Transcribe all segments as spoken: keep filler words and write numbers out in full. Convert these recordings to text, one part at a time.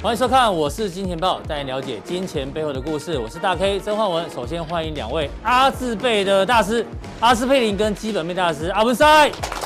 欢迎收看，我是金钱豹，带你了解金钱背后的故事。我是大 K 曾焕文。首先欢迎两位阿字辈的大师，阿司匹林跟基本面大师阿文塞。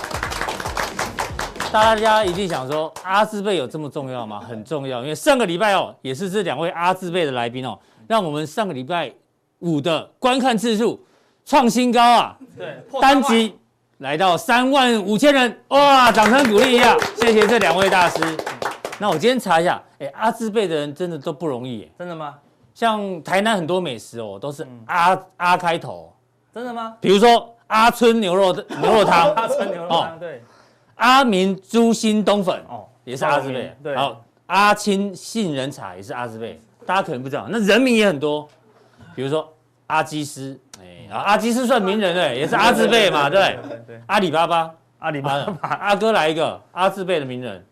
大家一定想说，阿字辈有这么重要吗？很重要，因为上个礼拜哦，也是这两位阿字辈的来宾哦，让我们上个礼拜五的观看次数创新高啊！ 对， 单集来到三万五千人，哇！掌声鼓励一下，谢谢这两位大师。那我今天查一下，哎，阿字辈的人真的都不容易耶。 真的吗？ 像台南很多美食哦，都是阿、嗯、阿开头。 真的吗？ 比如说阿春牛肉牛肉汤， 阿春牛肉汤，对。 阿明猪心冬粉，哦，也是阿字辈。 对。 好，阿青杏仁茶也是阿字辈，大家可能不知道。那人名也很多，比如说阿基斯，哎，阿基斯算名人对，也是阿字辈嘛，对不对？对。阿里巴巴， 阿里巴巴， 阿哥来一个阿字辈的名人。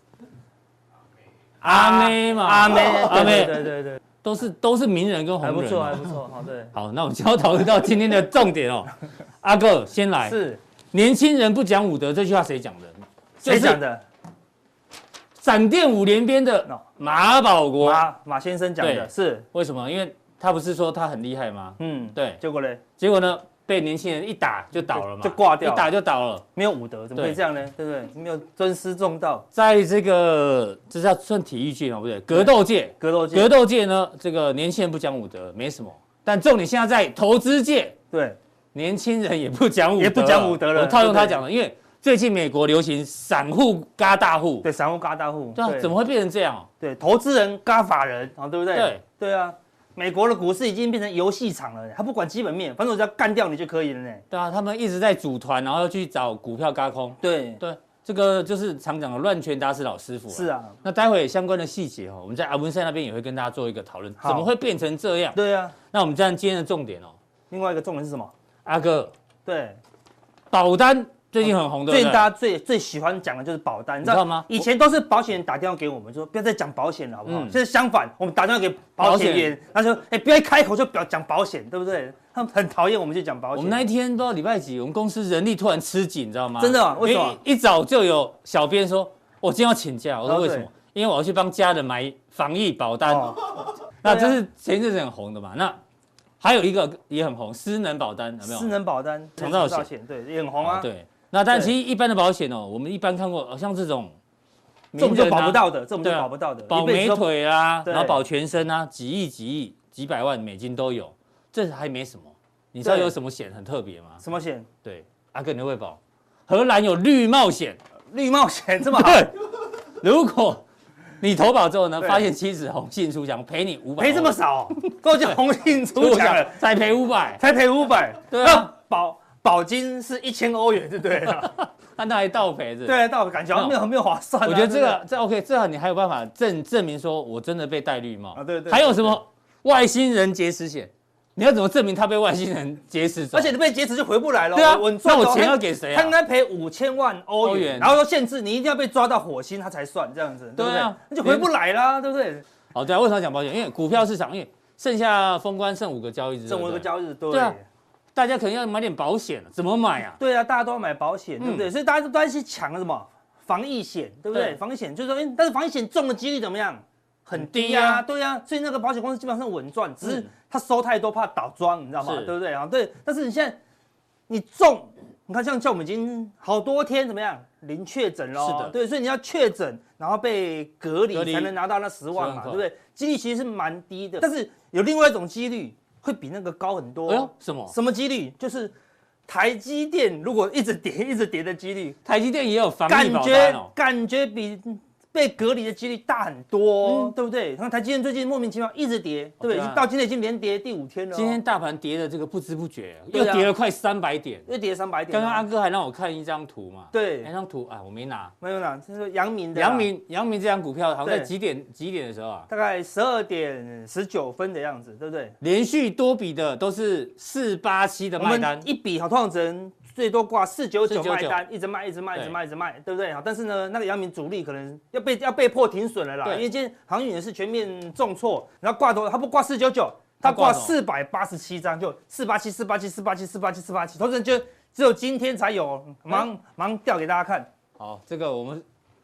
阿妹嘛， 阿妹， 阿妹， 对对对， 都是都是名人跟红人， 还不错，还不错，好对。 好，那我们就要讨论到今天的重点哦。阿哥先来， 是年轻人不讲武德这句话谁讲的？ 谁讲的？ 闪电五连鞭的马保国， 马马先生讲的，是为什么？因为他不是说他很厉害吗？ 嗯， 对。 结果呢？ 结果呢？被年轻人一打就倒了嘛， 就挂掉， 一打就倒了， 没有武德，怎么会这样呢？对不对？没有尊师重道， 在这个这叫算体育界嘛，不对？格斗界， 格斗界， 格斗界呢，这个年轻人不讲武德，没什么。但重点现在在投资界， 对， 年轻人也不讲武德， 也不讲武德了。 我套用他讲的，因为最近美国流行散户嘎大户， 对，散户嘎大户， 对啊，怎么会变成这样？ 对，投资人嘎法人啊，对不对？ 对， 对啊。美国的股市已经变成游戏场了，他不管基本面，反正我只要干掉你就可以了呢。 对啊，他们一直在组团，然后去找股票轧空。 对对，这个就是常讲的乱拳打死老师傅。 是啊， 那待会相关的细节哦，我们在阿文赛那边也会跟大家做一个讨论，怎么会变成这样？ 对啊， 那我们这样今天的重点哦， 另外一个重点是什么？ 阿哥， 对， 保单。最近很红的， 最近大家最最喜欢讲的就是保单，你知道吗？以前都是保险人打电话给我们说不要再讲保险了，好不好？现在相反，我们打电话给保险员，他说哎，不要一开口就表讲保险，对不对？他们很讨厌我们去讲保险。 我们那一天不知道礼拜几，我们公司人力突然吃紧，你知道吗？ 真的啊？为什么？ 一早就有小编说，我今天要请假。我说为什么？因为我要去帮家人买防疫保单。那这是前一阵子很红的嘛？那还有一个也很红，失能保单有没有？ 失能保单， 长照险， 对，也很红啊。 对。那但其实一般的保险哦，我们一般看过，像这种， 这我们就保不到的，这我们就保不到的， 保美腿啊，然后保全身啊，几亿、几亿、几百万美金都有，这还没什么。你知道有什么险很特别吗？ 什么险？ 对，阿哥你会保？荷兰有绿帽险， 绿帽险这么好？ 对，如果你投保之后呢，发现妻子红杏出墙，赔你五百， 赔这么少，都叫红杏出墙了， 才赔五百， 才赔五百， 对啊， 保。保金是一千欧元，对不对？ 那他还倒赔着， 对，倒感觉好像没有很没有划算。 我觉得这个这 OK， 至少你还有办法证证明说我真的被戴绿帽啊，对对。 还有什么外星人劫持险？你要怎么证明他被外星人劫持走？ 而且你被劫持就回不来了。 对啊，那我钱要给谁啊？ 他应该赔五千万欧元，然后说限制你一定要被抓到火星他才算这样子，对不对？那就回不来啦，对不对？ 好，对啊，为什么讲保险？因为股票市场，因为剩下封关剩五个交易日， 剩五个交易日， 对啊。大家可能要买点保险，怎么买啊？ 对啊，大家都要买保险，对不对？所以大家都在去抢什么防疫险，对不对？防疫险就是说，但是防疫险中的几率怎么样？很低啊，对啊，所以那个保险公司基本上稳赚，只是他收太多怕倒庄，你知道吗？对不对啊？对，但是你现在你中，你看像像我们已经好多天怎么样零确诊咯，是的，对，所以你要确诊，然后被隔离才能拿到那十万嘛，对不对？几率其实是蛮低的，但是有另外一种几率。会比那个高很多。 哎呦，什么？ 什么几率？就是台积电如果一直跌、一直跌的几率， 台积电也有防疫保单哦。 感觉感觉比被隔离的几率大很多，嗯、对不对？看台积电最近莫名其妙一直跌，对不对？啊、到今天已经连跌第五天了、哦。 今天大盘跌的这个不知不觉，又跌了快三百点， 又跌三百点。 刚刚阿哥还让我看一张图嘛， 对， 那张图啊我没拿， 没有拿，这是阳明的。 阳明阳明这张股票好像在几点几点的时候啊？ 大概十二点十九分的样子，对不对？ 连续多笔的都是四八七的卖单， 一笔好通常只能最多挂四九九卖单，一直卖，一直卖，一直卖，一直卖，对不对？好，但是呢，那个阳明主力可能要被要被迫停损了啦，因为今天航运也是全面重挫，然后挂多，他不挂四九九，他挂四百八十七张，就四八七、四八七、四八七、四八七、四八七，投资人就只有今天才有，忙忙调给大家看。 好，这个我们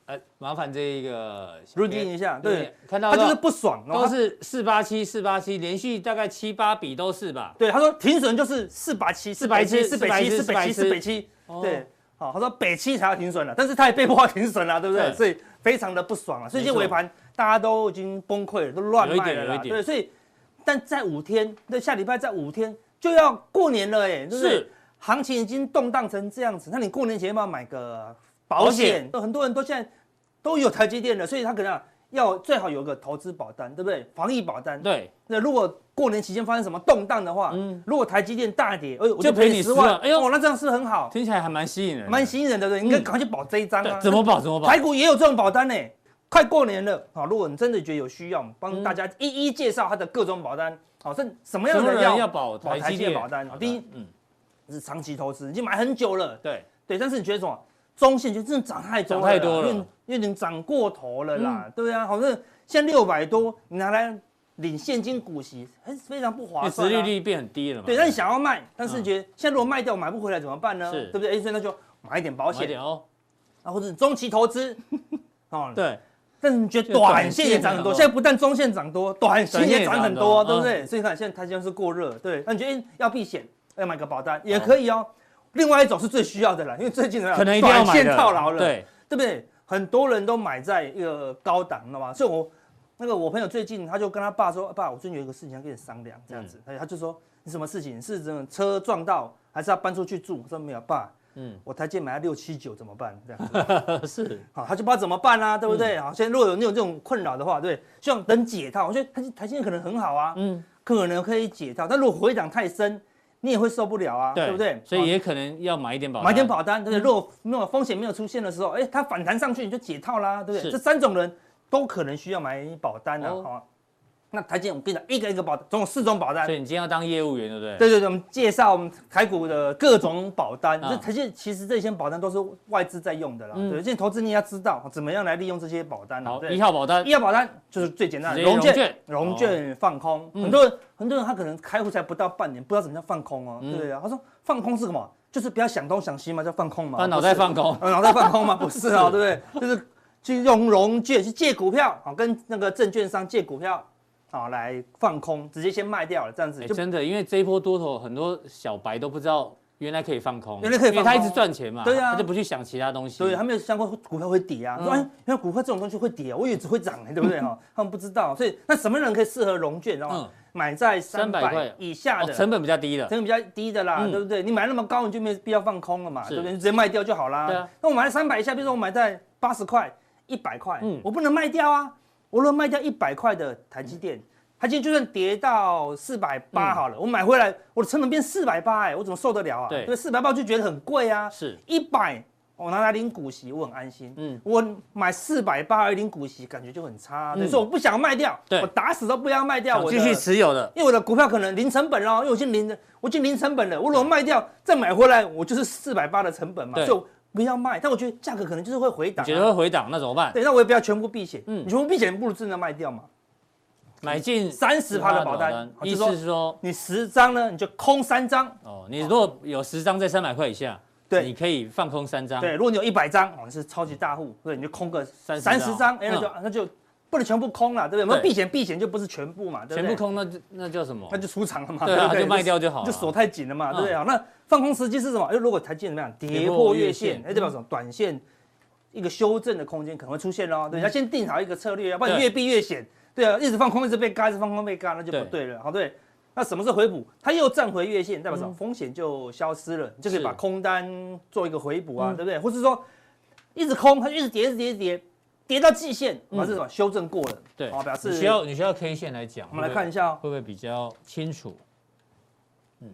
呃，麻烦这一个入境一下，对， 看到他就是不爽， 都是四八七四八七，连续大概七八笔都是吧？ 对，他说停损就是四百七、四百七、四百七、四百七、四百七，对，好，他说北七才要停损了，但是他也被迫停损了，对不对？所以非常的不爽了，所以今天尾盘大家都已经崩溃了，都乱卖了啦，对，所以但在五天，对，下礼拜在五天就要过年了，哎，是行情已经动荡成这样子，那你过年前要不要买个保险？很多人都现在都有台积电了，所以他可能、啊、要最好有个投资保单，对不对？防疫保单。对。那如果过年期间发生什么动荡的话，嗯，如果台积电大跌，哎，我就赔你十万，哎呦，哦，那这样是很好， 听起来还蛮吸引人， 蛮吸引人的，对，你应该赶快去保这一张啊。 怎么保？怎么保？ 台股也有这种保单呢。快过年了，好，如果你真的觉得有需要，帮大家一一介绍它的各种保单，好，是什么样的人要保台积电保单？ 第一，嗯，是长期投资，已经买很久了， 对对，但是你觉得什么？中线就真的涨太多了， 涨太多了， 因为因为你涨过头了啦，嗯、对啊，好像现在六百多，你拿来领现金股息，还是非常不划算、啊。 殖利率变很低了嘛。 对，那你想要卖，但是觉得现在如果卖掉买不回来怎么办呢？对不对？哎，所以那就买一点保险， 买点哦， 啊，或者中期投资， 哦，对。 但是你觉得短线也涨很多，现在不但中线涨多，短线也涨很多，对不对？所以看现在它现在是过热，对，那你觉得要避险，要买个保单也可以哦。另外一种是最需要的啦，因为最近可能一定要买短线套牢了， 对对不对？很多人都买在一个高档，知道吗？所以我那个我朋友最近他就跟他爸说：“爸，我最近有一个事情要跟你商量，这样子。嗯”他就说：“你什么事情？是这种车撞到，还是要搬出去住？”我说：“没有，爸，嗯，我台积电买了六七九怎么办？这样子是好，他就不知道怎么办啊，对不对？好，现在如果有你有这种困扰的话，对，希望等解套。我觉得台台积电可能很好啊，嗯，可能可以解套，但如果回档太深。”你也会受不了啊， 对, 对不对？ 所以也可能要买一点保单， 买一点保单，对不对？如果没有风险没有出现的时候，哎，它反弹上去你就解套啦，对不对？这三种人都可能需要买保单的，好、哦。那台积电我跟你讲，一个一个保单，总有四种保单。 所以你今天要当业务员，对不对？ 对对对，我们介绍我们台股的各种保单。这台积电其实这些保单都是外资在用的啦，嗯、对。现在投资你要知道怎么样来利用这些保单。 好，一号保单， 一号保单就是最简单的融券，融券放空。很多人很多人他可能开户才不到半年，不知道什么叫放空哦，对不对啊？他说放空是什么？就是不要想东想西嘛，叫放空嘛。 把脑袋放空， 脑袋放空嘛，不是啊，对不对？就是去用融券去借股票，好，跟那个证券商借股票。好，来放空，直接先卖掉了，这样子就、 欸、真的，因为这一波多头，很多小白都不知道原来可以放空， 原来可以放空， 因为他一直赚钱嘛， 对啊， 他就不去想其他东西， 对，他没有想过股票会跌啊，嗯、说哎，原来股票这种东西会跌、啊，我以为只会涨、欸，对不对哈？他们不知道，所以那什么人可以适合融券，知道吗？嗯、买在三百块以下的、 哦，成本比较低的， 成本比较低的啦，嗯、对不对？你买那么高，你就没必要放空了嘛，对不对？你直接卖掉就好啦。对啊，那我买在三百以下，比如说我买在八十块、一百块，嗯，我不能卖掉啊，我如果卖掉一百块的台积电。嗯它今天就算跌到四百八好了，嗯、我买回来，我的成本变四百八，哎，我怎么受得了啊？对，对，四百八就觉得很贵啊。是，一百我拿来领股息，我很安心。嗯，我买四百八而领股息，感觉就很差、啊。所以、嗯、说我不想卖掉，我打死都不要卖掉，我继续持有的， 因为我的股票可能零成本哦，因为我已经零的，我已经零成本了。我如果卖掉再买回来，我就是四百八的成本嘛，所以不要卖。但我觉得价格可能就是会回档、啊， 觉得会回档，那怎么办？ 对，那我也不要全部避险。嗯，你全部避险不如真的卖掉嘛。 买进三十趴的保单， 意思是说你十张呢，你就空三张。 哦，你如果有十张在三百块以下，对，你可以放空三张。 对，如果你有一百张，哦，你是超级大户，对，你就空个三三十张，哎，那就那就不能全部空了，对不对？我们避险避险就不是全部嘛，对不对？ 全部空那那叫什么？ 那就出场了嘛， 对啊，就卖掉就好了， 就锁太紧了嘛，对不对？好，那放空时机是什么？哎，如果台积电怎么样跌破月线，哎，代表什么？短线一个修正的空间可能会出现哦，对，要先定好一个策略，要不然越避越险。对啊，一直放空，一直被嘎，一直放空被嘎，那就不对了。好，对，那什么是回补？它又站回月线，代表什么？嗯、风险就消失了，你就可以把空单做一个回补啊，对不对？或是说一直空，它一直跌，一直跌，一直跌，跌到季线，表示什么？修正过了。 对， 好，表示你需要你需要 K 线来讲， 我们来看一下、哦， 会不会比较清楚？嗯，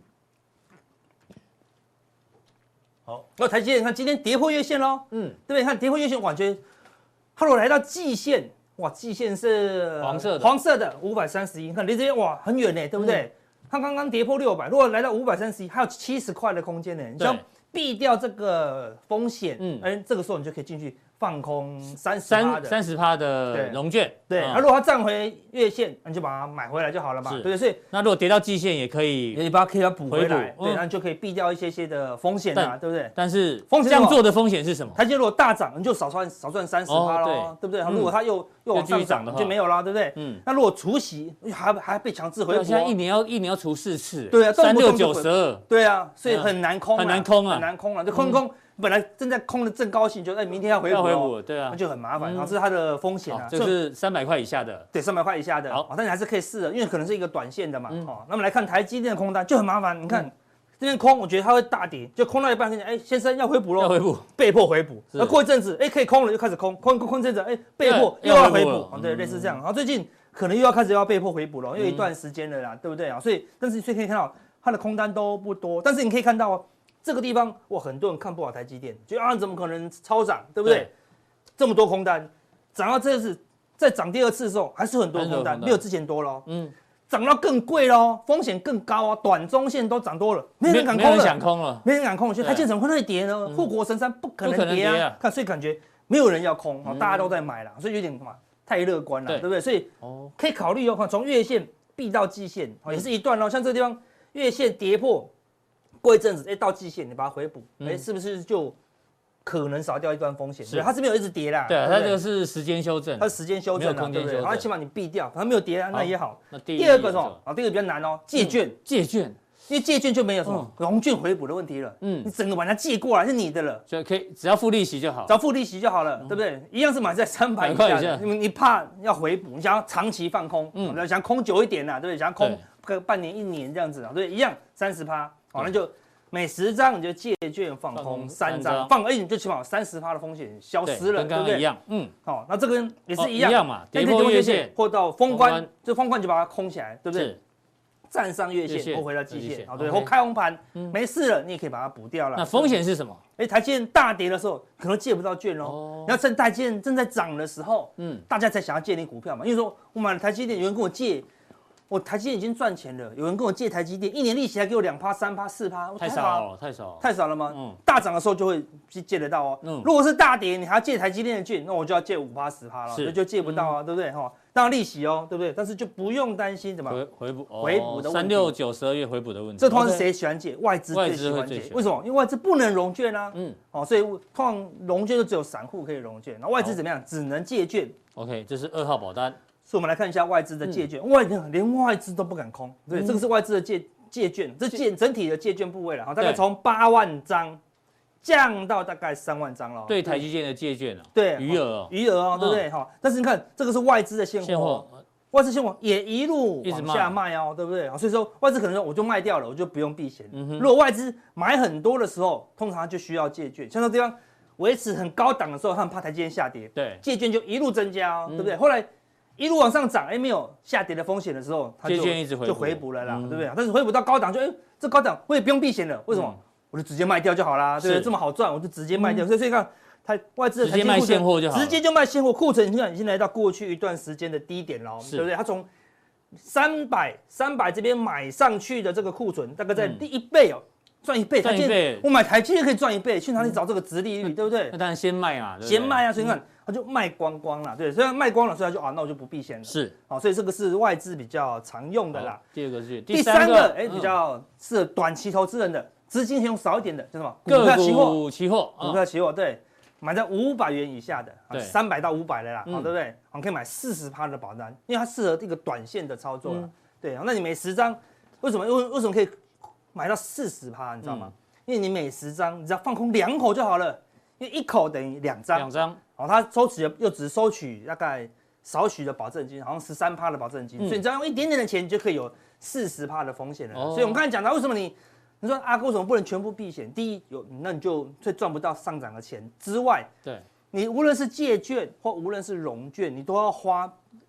好，那台积电看今天跌破月线喽，嗯，对不对？看跌破月线，感觉它如果来到季线。哇，季线是黄色的， 黄色的五百三十一，你看离这边哇很远呢，对不对？嗯、它刚刚跌破六百，如果来到五百三十一，还有七十块的空间呢，你想避掉这个风险，嗯，哎，这个时候你就可以进去放空三十三三十趴的融券， 对，那、嗯啊、如果它站回月线，你就把它买回来就好了嘛，对不对？所以那如果跌到季线也可以， 你把它可以把它补回来， 嗯、 对，那你就可以避掉一些些的风险啊，对不对？ 但是风险这样做的风险是什么？ 台积电如果大涨，你就少赚少赚三十趴咯，对不对？嗯、如果它又又往上涨的话，就没有啦，对不对？嗯。那如果除息还还被强制回补， 现在一年要一年要除四次， 对啊， 三六九十二， 对啊，所以很难空， 很难空啊， 很难空啊，就空空。本来正在空的正高兴，就哎明天要回补， 要回补，对啊， 那就很麻烦，然后这是它的风险啊， 就是三百块以下的， 对，三百块以下的，好，但你还是可以试的，因为可能是一个短线的嘛，哦，那么来看台积电的空单就很麻烦，你看这边空，我觉得它会大跌，就空到一半，跟你哎先生要回补喽， 要回补， 被迫回补，那过一阵子哎可以空了，就开始空，空空一阵子哎被迫又要回补，对，类似这样，然后最近可能又要开始要被迫回补了，因为一段时间了啦，对不对啊？所以但是所以可以看到它的空单都不多，但是你可以看到哦。这个地方哇，很多人看不好台积电，觉得啊怎么可能超涨，对不对？对这么多空单，涨到这次再涨第二次的时候，还是很多空单，没有之前多了。嗯，涨到更贵喽，风险更高啊，短中线都涨多了，没人敢空了， 没人想空了， 没人敢空了。所以台积电怎么会那里跌呢？护国神山不可能跌啊！看，所以感觉没有人要空，大家都在买啦，所以有点什么太乐观了，对不对？所以可以考虑哦，从月线避到季线，也是一段哦，像这个地方月线跌破。过一阵子，哎，到季线你把它回补，哎、嗯，是不是就可能少掉一段风险？对，它是没有一直跌啦。 对，它这个是时间修正， 它是时间修正，没有空间修正。然后起码你避掉，它没有跌啊，那也好。 那第二个什么？啊，第二个比较难哦，借券， 借券， 因为借券就没有什么融券回补的问题了。嗯，你整个把它借过来是你的了， 就可以只要付利息就好， 只要付利息就好了，对不对？一样是买在三百以下的，你你怕要回补，你想要长期放空，嗯，想空久一点呐，对不对？想要空个半年一年这样子啊，对，一样三十趴，好，那就。每十张你就借券放空三张，放而已你就起码三十趴的风险消失了， 跟刚刚一样。嗯， 好，那这个也是一样， 一样嘛，跌破月线或到封关，就封关就把它空起来，对不对？站上月线或回到季线，好，对，或开红盘没事了，你也可以把它补掉了。 那风险是什么？ 哎，台积电大跌的时候可能借不到券哦，你要趁台积电正在涨的时候，嗯，大家才想要借你股票嘛，因为说我买了台积电，有人跟我借。我台积电已经赚钱了，有人跟我借台积电，一年利息还给我两趴、三趴、四趴， 太少了，太少， 太少了吗？嗯，大涨的时候就会借得到哦。嗯，如果是大跌，你还要借台积电的券，那我就要借五趴、十趴了，所以就借不到啊，对不对？哈，当然利息哦，对不对？但是就不用担心怎么回回补回补的问题， 三六九十二月回补的问题。 这通常是谁喜欢借？外资最喜欢借，为什么？因为外资不能融券啊。嗯，哦，所以通常融券就只有散户可以融券，那外资怎么样？只能借券。 OK， 这是二号保单。 所以我们来看一下外资的借券，嗯、外连外资都不敢空，对，嗯、这个是外资的借借券，这借整体的借券部位了，大概从八万张降到大概三万张了。 对台积电的借券啊， 对余额哦， 余额哦，对不对？哈、嗯，但是你看这个是外资的现货，外资现货也一路往下卖哦，对不对？所以说外资可能说我就卖掉了，我就不用避险。嗯、如果外资买很多的时候，通常就需要借券，像这地方维持很高档的时候，他们怕台积电下跌， 对， 借券就一路增加哦，嗯、对不对？后来。一路往上涨，哎，没有下跌的风险的时候，它就就回补了啦，对不对？但是回补到高档就，哎，这高档我也不用避险了，为什么？我就直接卖掉就好啦，对不对？这么好赚，我就直接卖掉。所以所以看，它外资的直接卖现货就好， 直接就卖现货库存，你看已经来到过去一段时间的低点了，对不对？它从三百三百这边买上去的这个库存，大概在第一倍哦。赚一倍， 赚一倍， 我买台积电可以赚一倍，去哪里找这个殖利率，对不对？ 那当然先卖啊， 先卖啊，所以你看它就卖光光了，对，所以卖光了，所以它就啊，那我就不避险了。 是， 好，所以这个是外资比较常用的啦。 第二个是第三个，哎，比较适合短期投资人的，资金用少一点的，叫什么？ 股票期货，期货， 股票期货，对，买在五百元以下的，对，三百到五百的啦，好，对不对？我们可以买四十趴的保单，因为它适合这个短线的操作了。对，那你每十张，为什么？为为什么可以买到四十趴？你知道吗？因为你每十张，你只要放空两口就好了，因为一口等于两张， 两张， 好，它收取又只收取大概少许的保证金，好像十三趴的保证金，嗯、所以你只要用一点点的钱，你就可以有四十趴的风险了。哦、所以我们刚才讲到，为什么你你说阿哥为什么不能全部避险？第一，有那你就会赚不到上涨的钱之外， 对， 你无论是借券或无论是融券，你都要花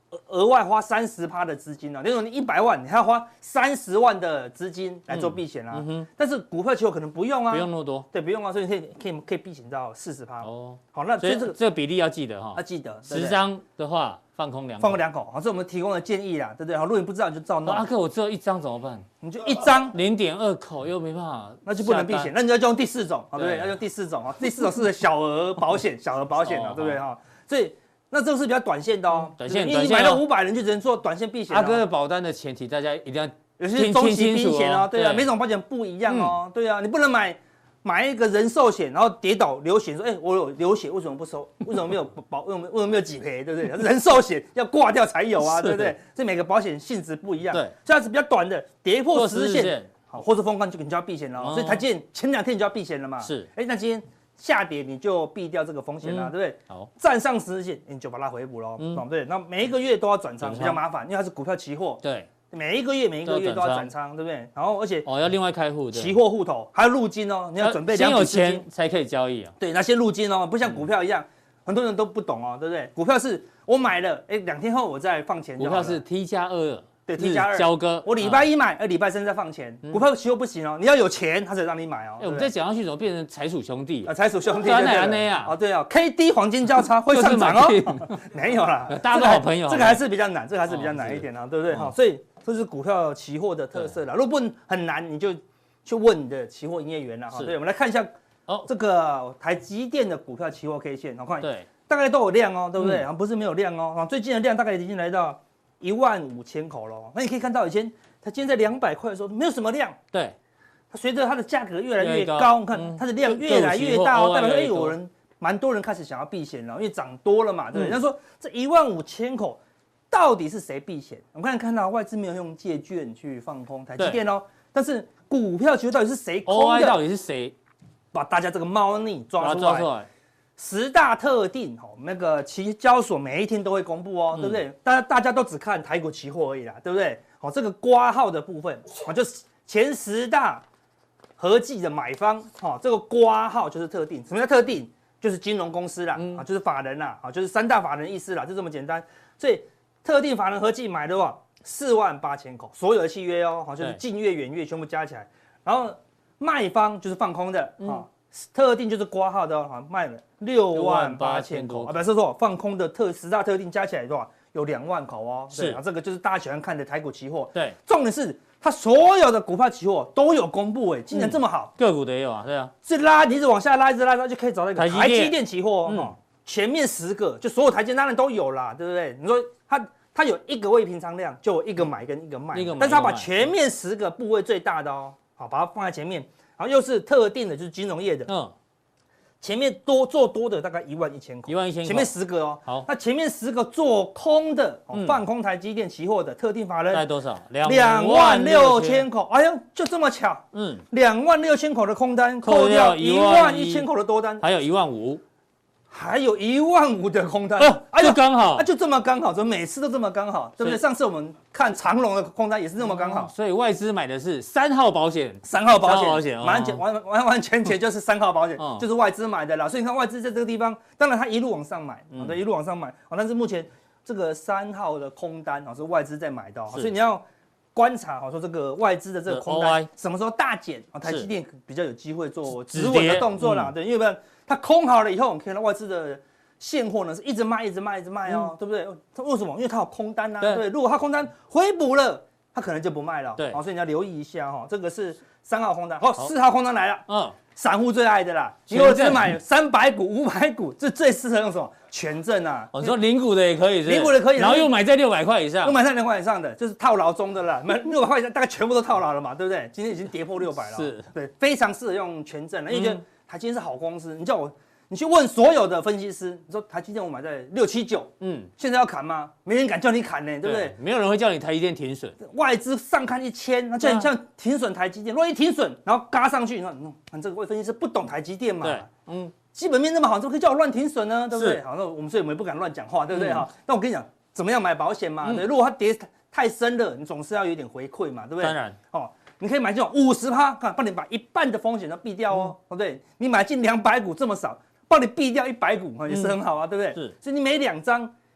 额外花三十趴的资金啊，例如你一百万，你还要花三十万的资金来做避险啊。嗯嗯、但是股票期货可能不用啊， 不用那么多， 对，不用啊，所以可以可以可以避险到四十趴。 哦， 好，那所以这个这个比例要记得哈， 要记得。 十张的话放空两口， 放空两口，好，这是我们提供的建议啦，对不对？好，如果你不知道你就照弄。 阿哥，我只有一张怎么办？ 你就一张零点二口又没办法， 那就不能避险，那你要用第四种，对不对？要用第四种啊，第四种是小额保险，小额保险啊，对不对哈？所以。那这个是比较短线的哦， 短线， 因为你买了五百人就只能做短线避险。 阿哥的保单的前提，大家一定要有些中期避险哦，对啊，每种保险不一样哦，对啊，你不能买买一个人寿险，然后跌倒流血，说哎我有流血为什么不收？为什么没有保？为什么为什么没有几赔？对不对？人寿险要挂掉才有啊，对不对？所以每个保险性质不一样，对，这样是比较短的，跌破十日线，好，或是封关就你就要避险了，所以台积电前两天你就要避险了嘛，是，哎，那今天。下跌你就避掉这个风险啦，嗯、对不对？好，站上十日线你就把它回补喽，嗯、对不对？那每一个月都要转仓，比较麻烦，因为它是股票期货，对，每一个月每一个月都要转仓，对不对？然后而且哦要另外开户， 期货户头还有入金哦，你要准备先有钱才可以交易啊。 对，那些入金哦，不像股票一样，很多人都不懂哦，对不对？股票是我买了，哎，两天后我再放钱就好了。 股票是 T 加二。 对 ，T 加二交割， 我礼拜一买，呃，礼拜三再放钱。股票期货不行哦，你要有钱，他才让你买哦。 哎，我们再讲下去，怎么变成财鼠兄弟啊？财鼠兄弟， 对对啊，哦对哦 ，K D 黄金交叉会上涨哦。没有啦， 大家都好朋友。 这个还是比较难，这个还是比较难一点啊，对不对？哈，所以这是股票期货的特色啦。如果不很难，你就去问你的期货营业员啦。哈，对，我们来看一下哦，这个台积电的股票期货 K 线，我看对，大概都有量哦，对不对？啊，不是没有量哦，啊，最近的量大概已经来到。一万五千口了，那你可以看到以前它今天在两百块的时候没有什么量，对，它随着它的价格越来越高，你看它的量越来越大哦，代表说哎有人蛮多人开始想要避险了，因为涨多了嘛，对不对？他说这一万五千口到底是谁避险？我们看看到外资没有用借券去放空台积电哦，但是股票期货到底是谁空的？ 到底是谁把大家这个猫腻抓出来？十大特定哦，那个期交所每一天都会公布哦，嗯、对不对？大家大家都只看台股期货而已啦，对不对？好，这个挂号的部分啊，就是前十大合计的买方，哈，这个挂号就是特定。什么叫特定？就是金融公司啦，嗯、啊，就是法人啦，啊，就是三大法人意思啦，就这么简单。所以特定法人合计买的话，四万八千口，所有的契约哦，好，就是近月、远月全部加起来。然后卖方就是放空的，啊。嗯特定就是挂号的哦，卖了六万八千口啊，不是说放空的特十大特定加起来多少？有两万口哦。是啊，这个就是大家喜欢看的台股期货。对，重点是它所有的股票期货都有公布，哎，竟然这么好。 个股的也有啊，对啊。 是拉，你一直往下拉，一直拉，拉就可以找到一个台积电期货哦。前面十个就所有台积电当然都有啦，对不对？你说它它有一个未平仓量，就有一个买跟一个卖，但是它把前面十个部位最大的哦，好把它放在前面。然后又是特定的，就是金融业的，嗯，前面多做多的大概一万一千口， 一万一千口， 前面十个哦，好，那前面十个做空的，哦嗯、放空台积电期货的特定法人， 大概多少？ 两万六千口，哎呦，就这么巧，嗯，两万六千口的空单，扣掉一万一千口的多单， 还有一万五。 还有一万五的空单， 啊，就刚好， 啊，就这么刚好，怎么每次都这么刚好，对不对？上次我们看长荣的空单也是这么刚好， 所以外资买的是三号保险， 三号保险，保险完全完完完全全就是三号保险，就是外资买的啦。所以你看外资在这个地方，当然它一路往上买，好的，一路往上买，好，但是目前这个三号的空单啊是外资在买的，所以你要观察好说这个外资的这个空单什么时候大减啊，台积电比较有机会做止稳的动作啦，对，因为不然。它空好了以后，我们看到外资的现货呢是一直卖、一直卖、一直卖哦，嗯、对不对？它为什么？因为它有空单呐、啊，对。对，如果它空单回补了，它可能就不卖了。对，好，所以你要留意一下哈、哦。这个是三号空单，好，四号空单来了。嗯，散户最爱的啦，你如果只买三百股、五百股，这最适合用什么？权证啊。 我、哦、说零股的也可以是是， 零股的可以， 然后又买在六百块以上， 又买在六百块以上的，就是套牢中的啦。买六百块以上，大概全部都套牢了嘛，对不对？今天已经跌破六百了，是，对，非常适合用权证了，因为觉得台积电是好公司，你叫我。你去问所有的分析师，你说台积电我买在六七九，嗯，现在要砍吗？没人敢叫你砍呢，对不对？ 没有人会叫你台积电停损。 外资上看一千，那叫你像停损台积电，如果一停损，然后嘎上去，你说，嗯，这个位分析师不懂台积电嘛？对，嗯，基本面那么好，怎么可以叫我乱停损呢？对不对？好，那我们所以我们也不敢乱讲话，对不对哈？那我跟你讲，怎么样买保险嘛？对，如果它跌太深了，你总是要有点回馈嘛，对不对？ 当然，哦。 你可以买这种五十趴，看帮你把一半的风险都避掉哦，对不对？你买进两百股这么少，帮你避掉一百股，也是很好啊，对不对？是，所以你每两张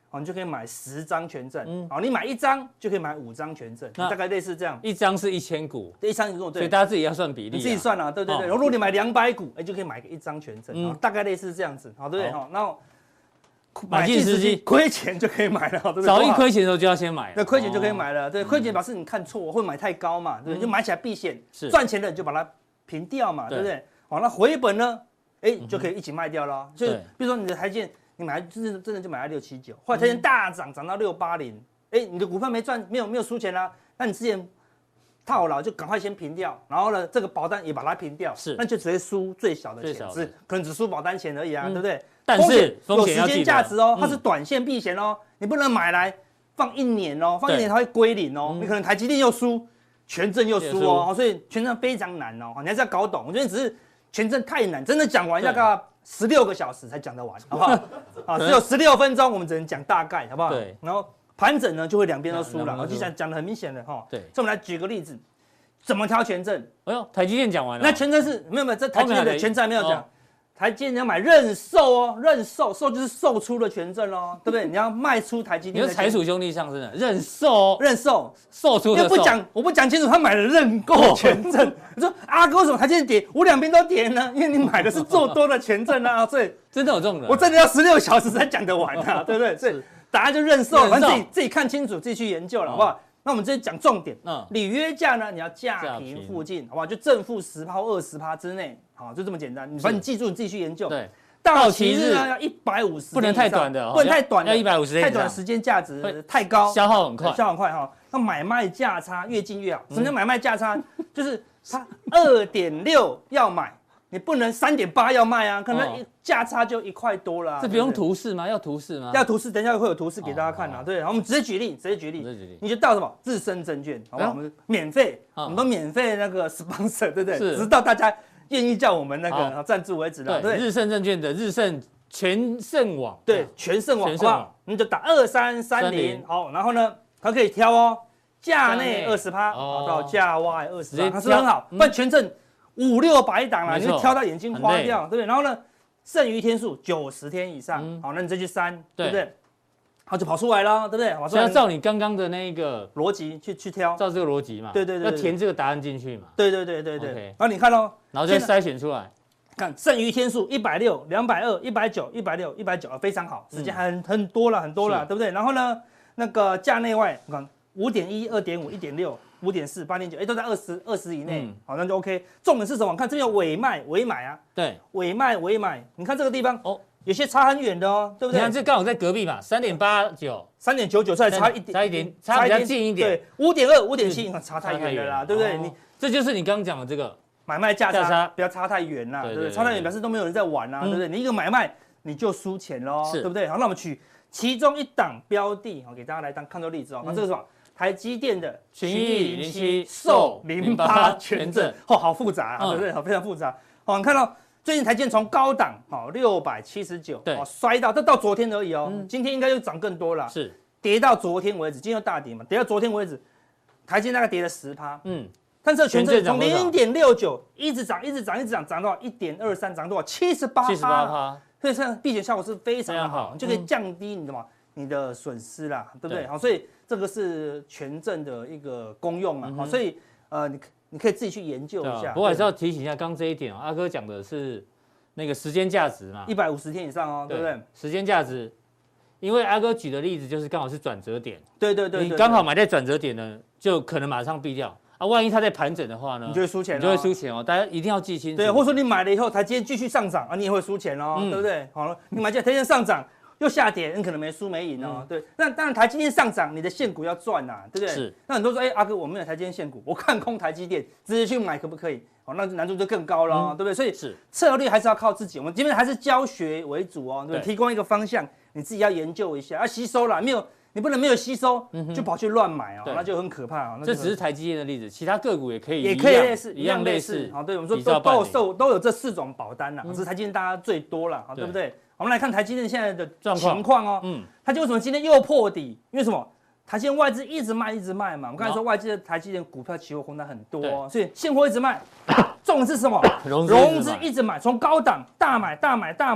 好，你就可以买十张权证。嗯，好，你买一张就可以买五张权证，大概类似这样。 一张是一千股， 一张一股，对， 所以大家自己要算比例， 你自己算啊，对对对。如果你买两百股，哎，就可以买个一张权证，嗯，大概类似这样子，好，对不对？好，那买进时机， 亏钱就可以买了，对不对？ 早一亏钱的时候就要先买， 对，亏钱就可以买了，对，亏钱表示你看错，会买太高嘛，对不对？就买起来避险，赚钱的你就把它平掉嘛，对不对？好，那回本呢？哎，就可以一起卖掉了。所以，比如说你的台积电，你买真的真的就买到六七九，后来台积电大涨，涨到六八零，哎，你的股票没赚，没有没有输钱啦，那你之前套牢就赶快先平掉，然后呢，这个保单也把它平掉， 是， 那就直接输最小的钱，只可能只输保单钱而已啊，对不对？ 但是有时间价值哦，它是短线避险哦，你不能买来放一年哦，放一年它会归零哦，你可能台积电又输，权证又输哦，所以权证非常难哦，你还是要搞懂。我觉得只是权证太难，真的讲完大概十六个小时才讲得完，好不好？啊，只有十六分钟，我们只能讲大概，好不好？对。然后盘整呢，就会两边都输了，我就想讲得很明显的哈。对。所以我们来举个例子，怎么挑权证？ 哎呦，台积电讲完了。 那权证是没有没有，这台积电的权证还没有讲。台积电你要买认售哦，认售售就是售出的权证哦，对不对？你要卖出台积电。 你说财鼠兄弟上身了，认售， 认售， 售出的售。 不讲，我不讲清楚，他买了认购权证。你说阿哥为什么台积电跌，我两边都跌呢？因为你买的是做多的权证啊，所以真的有这种人。 我真的要十六小时才讲得完啊，对不对？所以答案就认售，反正自己自己看清楚，自己去研究了，好不好？那我们这里讲重点，嗯，履约价呢，你要价平附近，好不好？就正负十趴或二十趴之内，好，就这么简单。反正你记住，你自己去研究。对。到期日呢要一百五十， 不能太短的， 不能太短的， 要一百五十天， 太短时间价值太高， 消耗很快， 消耗很快哈。那买卖价差越近越好。什么叫买卖价差？就是它二点六要买，你不能三点八要卖啊，可能价差就一块多了。 这不用图示吗？要图示吗？ 要图示，等一下会有图示给大家看啊。对，我们直接举例，直接举例，你就到什么日升证券，好不好？我们免费，我们都免费那个 sponsor， 对不对？是，直到大家愿意叫我们那个赞助为止了。 对，日盛证券的日盛全盛网， 对，全盛网，好不好？你就打二三三零，好，然后呢，它可以挑哦，价内二十趴，到价外二十趴，它是很好。不然权证五六百档啦，你会挑到眼睛花掉，对不对？然后呢，剩余天数九十天以上，好，那你再去删，对不对？好，就跑出来了，对不对？ 所以要照你刚刚的那个逻辑去去挑， 照这个逻辑嘛， 对对对， 要填这个答案进去嘛， 对对对对对。然后你看哦， 然后就筛选出来， 看剩余天数一百六、两百二、一百九、一百六、一百九，非常好，时间很很多了，很多了，对不对？然后呢，那个价内外，你看五点一、二点五、一点六、五点四、八点九，哎，都在二十二十以内，好，那就 OK。重点是什么？看这边有尾卖、尾买啊， 对， 尾卖、尾买，你看这个地方哦。有些差很远的哦，对不对？ 你看这刚好在隔壁嘛，三点八九、 三点九九，所以差一点， 差一点，差比较近一点。 对，五点二、五点七，差太远了啦，对不对？你这就是你刚刚讲的这个买卖价差，不要差太远啦，对不对？差太远表示都没有人在玩啦，对不对？你一个买卖你就输钱喽，对不对？好，那我们取其中一档标的，好，给大家来当看作例子哦。那这个是什么？台积电的群益零七寿零八权证，哦，好复杂啊，对不对？好，非常复杂。好，你看到。最近台积电从高档好六百七十九，对，摔到，这到昨天而已哦，今天应该就涨更多了，是跌到昨天为止，今天又大跌嘛，跌到昨天为止，台积电大概跌了十趴，嗯，但是权证从零点六九一直涨，一直涨，一直涨，涨到一点二三，涨多少？七十八，七十八趴，所以这样避险效果是非常的好，就可以降低你的嘛你的损失啦，对不对？好，所以这个是权证的一个功用啊，好，所以呃你。你可以自己去研究一下。 不过还是要提醒一下，刚这一点哦，阿哥讲的是那个时间价值嘛， 一百五十天以上哦，对不对？ 时间价值，因为阿哥举的例子就是刚好是转折点， 对对对， 你刚好买在转折点呢，就可能马上避掉啊。万一它在盘整的话呢， 你就会输钱， 你就会输钱哦。大家一定要记清楚。 对，或者说你买了以后，它今天继续上涨啊，你也会输钱哦，对不对？好了，你买进台积电上涨。又下跌，你可能没输没赢哦。嗯、对，那当然台积电上涨，你的现股要赚呐、啊，对不对？是。那很多人说，哎、欸，阿哥，我没有台积电现股，我看空台积电，直接去买可不可以？哦，那难度就更高了、哦，嗯、对不对？所以是策略还是要靠自己，我们基本上还是教学为主哦，对不对？提供一个方向，你自己要研究一下，要吸收啦，没有。你不能没有吸收，嗯、就跑去乱买哦，那就很可怕哦。 这只是台积电的例子，其他个股也可以， 也可以类似， 一样类似。 好，对，我们说都都有受都有这四种保单啦，只是台积电大家最多了，好，对不对？我们来看台积电现在的情况哦，嗯，台积为什么今天又破底？因为什么？台积电外资一直卖一直卖嘛，我刚才说外资的台积电股票期货空单很多、哦，所以现货一直卖。重点是什么？融资一直买，从高档大买大买大买，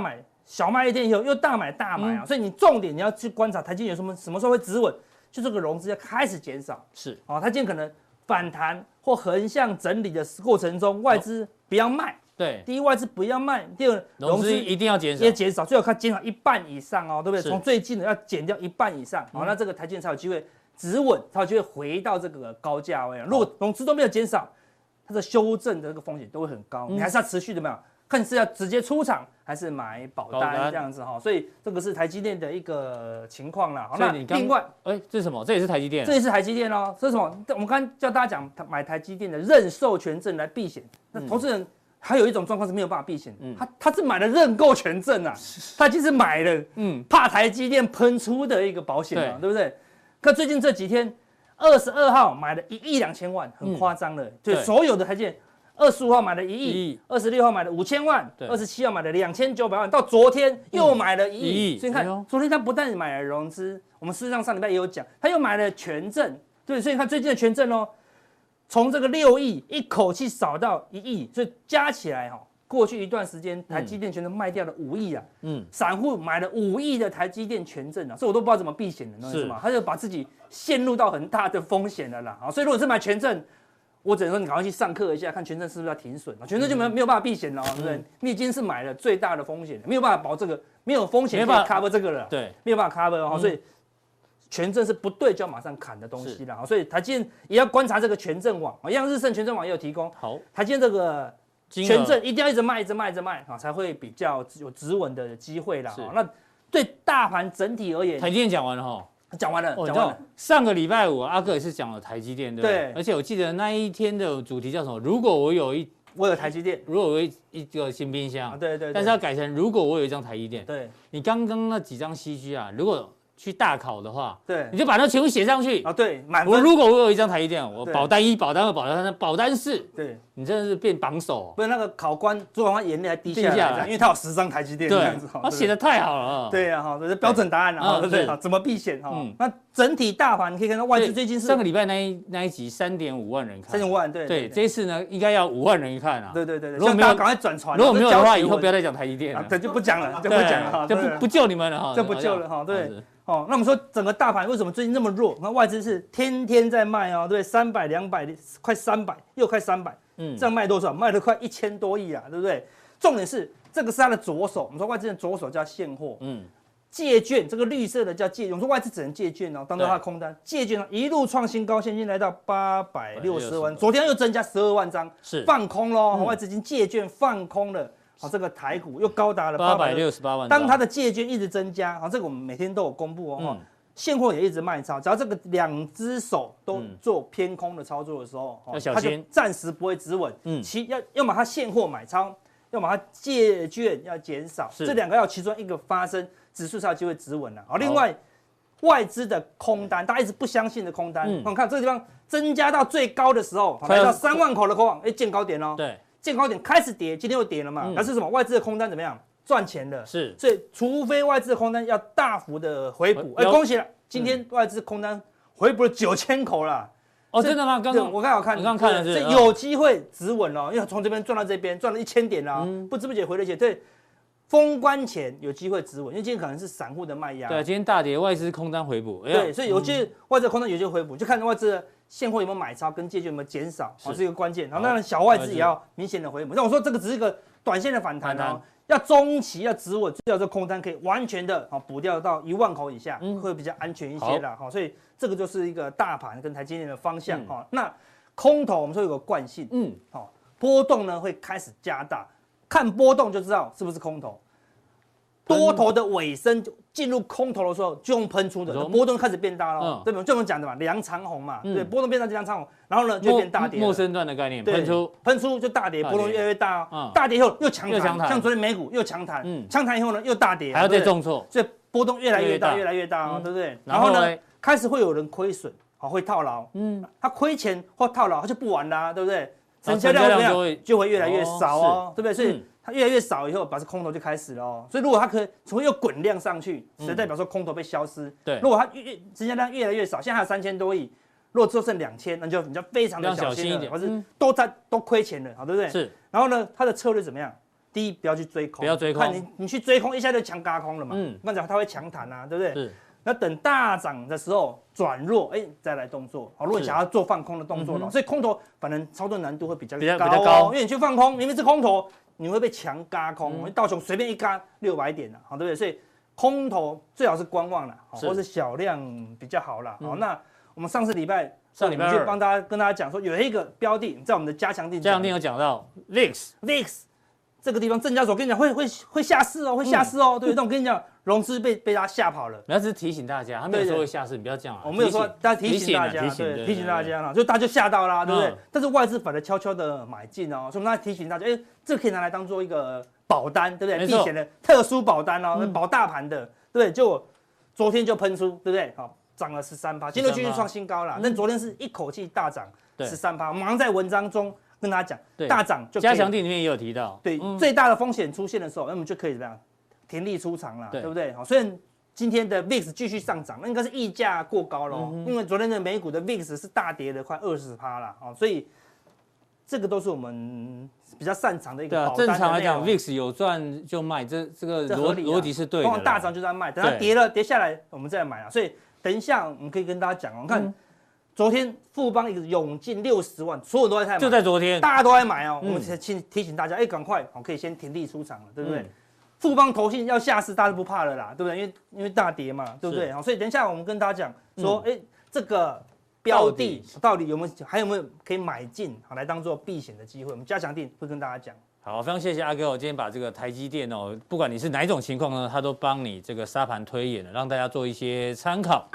小卖一天以后又大买大买啊，嗯、所以你重点你要去观察台积电有什么什么时候会止稳，就这个融资要开始减少， 是哦，它今天可能反弹或横向整理的过程中，外资不要卖。 对， 第一外资不要卖，第二融资一定要减少， 也减少，最好看减少一半以上哦，对不对？从最近的要减掉一半以上，好、嗯，那这个台积电才有机会止稳，才有机会回到这个高价位。如果融资都没有减少，它的修正的这个风险都会很高，嗯、你还是要持续的没有，看是要直接出场还是买保单这样子哈。所以这个是台积电的一个情况啦。好，那另外， 哎，这是什么？这也是台积电， 这也是台积电哦。这是什么？我们刚刚教大家讲买台积电的认授权证来避险，那投资人。还有一种状况是没有办法避险，嗯，他他是买了认购权证啊，他其实买了，嗯，怕台积电喷出的一个保险嘛， 对, 对不对？可最近这几天，二十二号买了一亿两千万，很夸张的，就所有的台积电，二十五号买了一亿，二十六号买了五千万，二十七号买了两千九百万，到昨天又买了一亿，所以你看，昨天他不但买了融资，我们事实上上礼拜也有讲，他又买了权证，对，所以你看最近的权证哦。从这个六亿一口气扫到一亿，所以加起来哈、哦，过去一段时间台积电权证卖掉了五亿啊，嗯，散户买了五亿的台积电权证啊，所以我都不知道怎么避险的，是吗？他就把自己陷入到很大的风险了啦。所以如果是买权证，我只能说你赶快去上课一下，看权证是不是要停损啊？权证就没有、嗯、没有办法避险了，对不对？你已经是买了最大的风险，没有办法保这个，没有风险可以 cover 这个了， 对， 没有办法 cover 哦，所以。权证是不对就要马上砍的东西啦，所以台积电也要观察这个权证网，一样日盛权证网也有提供。好，台积电这个权证一定要一直卖，一直卖，一直卖啊，才会比较有止稳的机会啦。那对大盘整体而言， 台积电讲完了哈， 讲完了，讲完了。 上个礼拜五阿哥也是讲了台积电，对不对？而且我记得那一天的主题叫什么？如果我有一我有台积电， 如果我有一个新冰箱， 对对， 但是要改成如果我有一张台积电。 对， 你刚刚那几张 C G 啊，如果去大考的话， 对， 你就把它全部写上去啊。对，满分。 我如果我有一张台积电，我保单一、保单二、保单三、保单四， 对， 你真的是变榜首。 不是那个考官主考官眼泪还滴下来，因为他有十张台积电这样子。 他写的太好了。 对呀，哈，这是标准答案啊，对不对？怎么避险哈？那整体大盘你可以看到外资最近是上个礼拜那一那一集三点五万人看， 三点五万，对对。这一次呢，应该要五万人看啊。 对对对， 如果没有， 赶快转传。 如果没有的话，以后不要再讲台积电了， 对，就不讲了，就不讲了哈， 就不不救你们了哈， 就不救了哈，对。哦，那我们说整个大盘为什么最近那么弱？那外资是天天在卖哦，对，三百、两百，快三百，又快三百，嗯，这样卖多少？卖了快一千多亿啊，对不对？重点是这个是它的左手，我们说外资的左手叫现货，嗯，借券这个绿色的叫借券，我们说外资只能借券哦，当做它的空单，借券呢一路创新高，现金来到八百六十万，昨天又增加十二万张，是放空喽，外资已经借券放空了。好，这个台股又高达了八百六十八万。 当它的借券一直增加，好，这个我们每天都有公布哦。嗯、现货也一直卖超，只要这个两只手都做偏空的操作的时候， 要小心， 暂时不会止稳。嗯，其要要么它现货买超，要么它借券要减少，这两个要其中一个发生，指数才有机会止稳了。好，另外外资的空单，大家一直不相信的空单，嗯，看这个地方增加到最高的时候，来到三万口的空，哎，见高点哦。 对。 见高点开始跌，今天又跌了嘛？那、嗯、是什么？外资的空单怎么样？赚钱了。 是， 所以除非外资的空单要大幅的回补，哎、欸，恭喜了，今天外资空单回补了九千口了。 哦，真的吗？刚刚我刚好看， 你刚看了是， 所以有机会止稳了，因为从这边赚到这边，赚了一千点了，嗯、不知不觉回了钱。对，封关前有机会止稳，因为今天可能是散户的卖压。 对，今天大跌，外资空单回补。 哎、对，所以有些外资空单有些回补，就看外资现货有没有买超，跟借券有没有减少，是、哦、是一个关键。然后当然小外资也要明显的回补。那我说这个只是一个短线的反弹哦，要中期要止稳，只有这空单可以完全的啊补掉到一万口以下，嗯、会比较安全一些啦。哈，所以这个就是一个大盘跟台积电的方向哈、嗯。那空头我们说有个惯性，嗯，好，波动呢会开始加大，看波动就知道是不是空头。多头的尾声进入空头的时候，就用喷出的波动开始变大了，嗯、对不对？就我们讲的嘛，梁长红嘛，嗯、对，波动变大就梁长红，然后呢就变大跌。 陌生段的概念，喷出喷出就大跌，波动越来越大，嗯、大跌以后又强弹，像昨天美股又强弹，嗯、强弹以后呢又大跌， 还要再重挫， 所以波动越来越大，越来越大，哦，嗯、对不对？然后呢，开始会有人亏损，好会套牢，嗯，他亏钱或套牢，他就不玩啦，对不对？成交量怎么样就会越来越少哦，对不对？所以它越来越少以后，表示空头就开始了哦。所以如果它可以从又滚量上去，只代表说空头被消失。对，如果它越成交量越来越少，现在还有三千多亿，如果只剩两千，那就你就非常的小心一点，或是都在都亏钱了，好对不对？是。然后呢，它的策略怎么样？ 第一不要去追空， 不要追空， 看你你去追空一下就强轧空了嘛，嗯，刚才它会强弹啊，对不对？ 是。 那等大涨的时候转弱，哎，再来动作。好，如果你想要做放空的动作了，所以空头反正操作难度会比较高、哦，因为你去放空，明明是空头，你会被强轧空，嗯、道琼随便一轧六百点了，好，对不对？所以空头最好是观望了，或是小量比较好了。好，嗯、那我们上次礼拜上礼拜就帮大家跟大家讲说，有一个标的在我们的加强定， 加强定有讲到 V I X，V I X 这个地方证交所跟你讲会会会下市哦，会下市哦，嗯、对，那我跟你讲。融资被被他吓跑了， 你要只是提醒大家，他没有说会下市，你不要这样啊。 我没有说，大家提醒大家，对，提醒大家了，就大家就吓到啦，对不对？但是外资反而悄悄的买进哦，所以我们提醒大家，哎，这可以拿来当做一个保单，对不对？避险的特殊保单哦，保大盘的，对不对？就昨天就喷出，对不对？好，涨了十三趴，今天继续创新高了。但昨天是一口气大涨十三趴，马上在文章中跟大家讲，大涨就加强定里面也有提到， 对，最大的风险出现的时候，那我们就可以怎么样？停利出场了，对不对？好，虽然今天的 V I X 继续上涨，那应该是溢价过高了，嗯、因为昨天的美股的 V I X 是大跌了快二十趴了，哦，所以这个都是我们比较擅长的一个保单的内容。 正常来讲 ，V I X 有赚就卖，这这个逻逻辑是对的。 通常大涨就在卖，等它跌了跌下来，我们再买啊。所以等一下我们可以跟大家讲哦，看、嗯、昨天富邦一个涌进六十万，所有人都在买， 就在昨天， 大家都在买哦。嗯、我们提提醒大家，哎，赶快，可以先停利出场了，对不对？嗯富邦投信要下市，大家都不怕了啦，对不对？因为因为大跌嘛，对不对？好，所以等一下我们跟大家讲说，哎、嗯，这个标的到底有没有还有没有可以买进，好来当做避险的机会？我们加强定会跟大家讲。 好，非常谢谢阿哥，我今天把这个台积电哦，不管你是哪一种情况呢，他都帮你这个沙盘推演了，让大家做一些参考。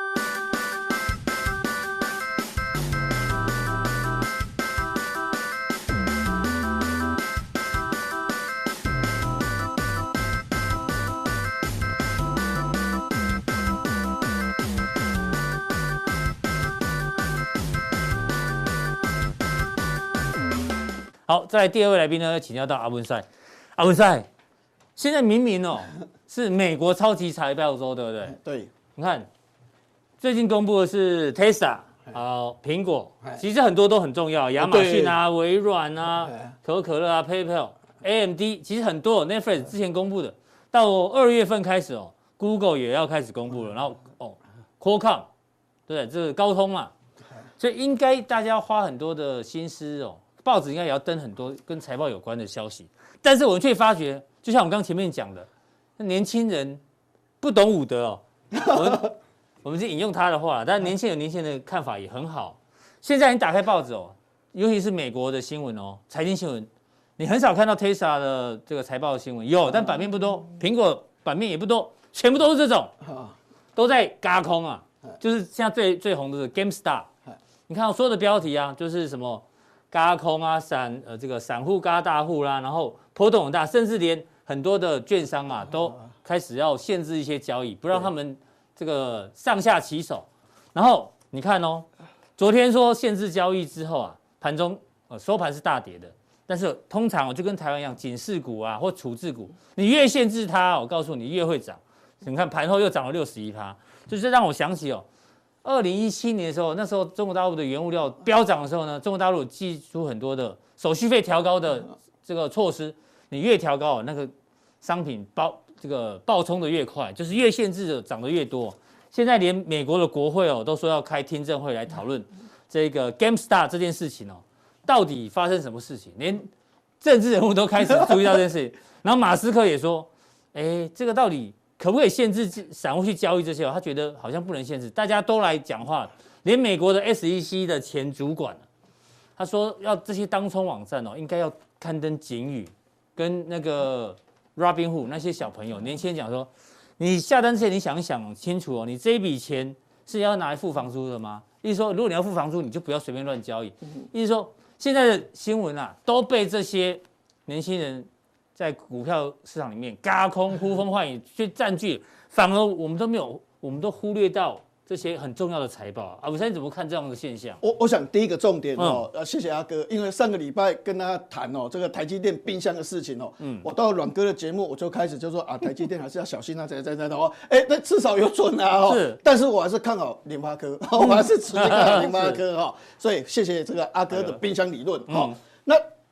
好，再来第二位来宾呢，请教到阿文赛。阿文赛，现在明明哦是美国超级财报周，对不对？ 对。 你看，最近公布的是 Tesla， 啊，苹果，其实很多都很重要，亚马逊啊、微软啊、可口可乐啊、PayPal、A M D， 其实很多 Netflix 之前公布的，到二月份开始哦 ，Google 也要开始公布了，然后哦 ，Qualcomm， 对不对？这个高通嘛，所以应该大家要花很多的心思哦。报纸应该也要登很多跟财报有关的消息，但是我们却发觉，就像我们刚前面讲的，年轻人不懂武德哦。我们我们是引用他的话，但年轻人有年轻人的看法也很好。现在你打开报纸哦，尤其是美国的新闻哦，财经新闻，你很少看到 Tesla 的这个财报的新闻，有，但版面不多，苹果版面也不多，全部都是这种，都在轧空啊。就是现在最最红的是 GameStop， 你看所有的标题啊，就是什么。轧空啊，散呃这个散户轧大户啦，然后波动很大，甚至连很多的券商啊都开始要限制一些交易，不让他们这个上下其手。然后你看哦，昨天说限制交易之后啊，盘中呃收盘是大跌的，但是通常我就跟台湾一样，警示股啊或处置股，你越限制它，我告诉你越会涨。你看盘后又涨了六十一趴，就是让我想起哦。二零一七年的时候，那时候中国大陆的原物料飙涨的时候呢，中国大陆寄出很多的手续费调高的这个措施，你越调高，那个商品爆这个爆冲的越快，就是越限制的涨得越多。现在连美国的国会哦都说要开听证会来讨论这个 GameStop 这件事情哦，到底发生什么事情？连政治人物都开始注意到这件事情，然后马斯克也说，哎，这个到底可不可以限制散户去交易这些？他觉得好像不能限制，大家都来讲话，连美国的 S E C 的前主管，他说要这些当冲网站哦，应该要刊登警语，跟那个 Robinhood 那些小朋友、年轻人讲说，你下单之前你想想清楚哦，你这一笔钱是要拿来付房租的吗？意思说，如果你要付房租，你就不要随便乱交易。意思说，现在的新闻啊，都被这些年轻人。在股票市场里面轧空呼风唤雨去占据，反而我们都没有，我们都忽略到这些很重要的财报啊。阿武生怎么看这样的现象？ 我我想第一个重点哦，呃、嗯，谢谢阿哥，因为上个礼拜跟他谈哦这个台积电冰箱的事情哦，嗯，我到阮哥的节目我就开始就说啊，台积电还是要小心啊，怎样怎样的哦，哎，那至少有准啊哦，是，但是我还是看好联发科，我还是持续看好联发科哈，所以谢谢这个阿哥的冰箱理论哈、嗯。那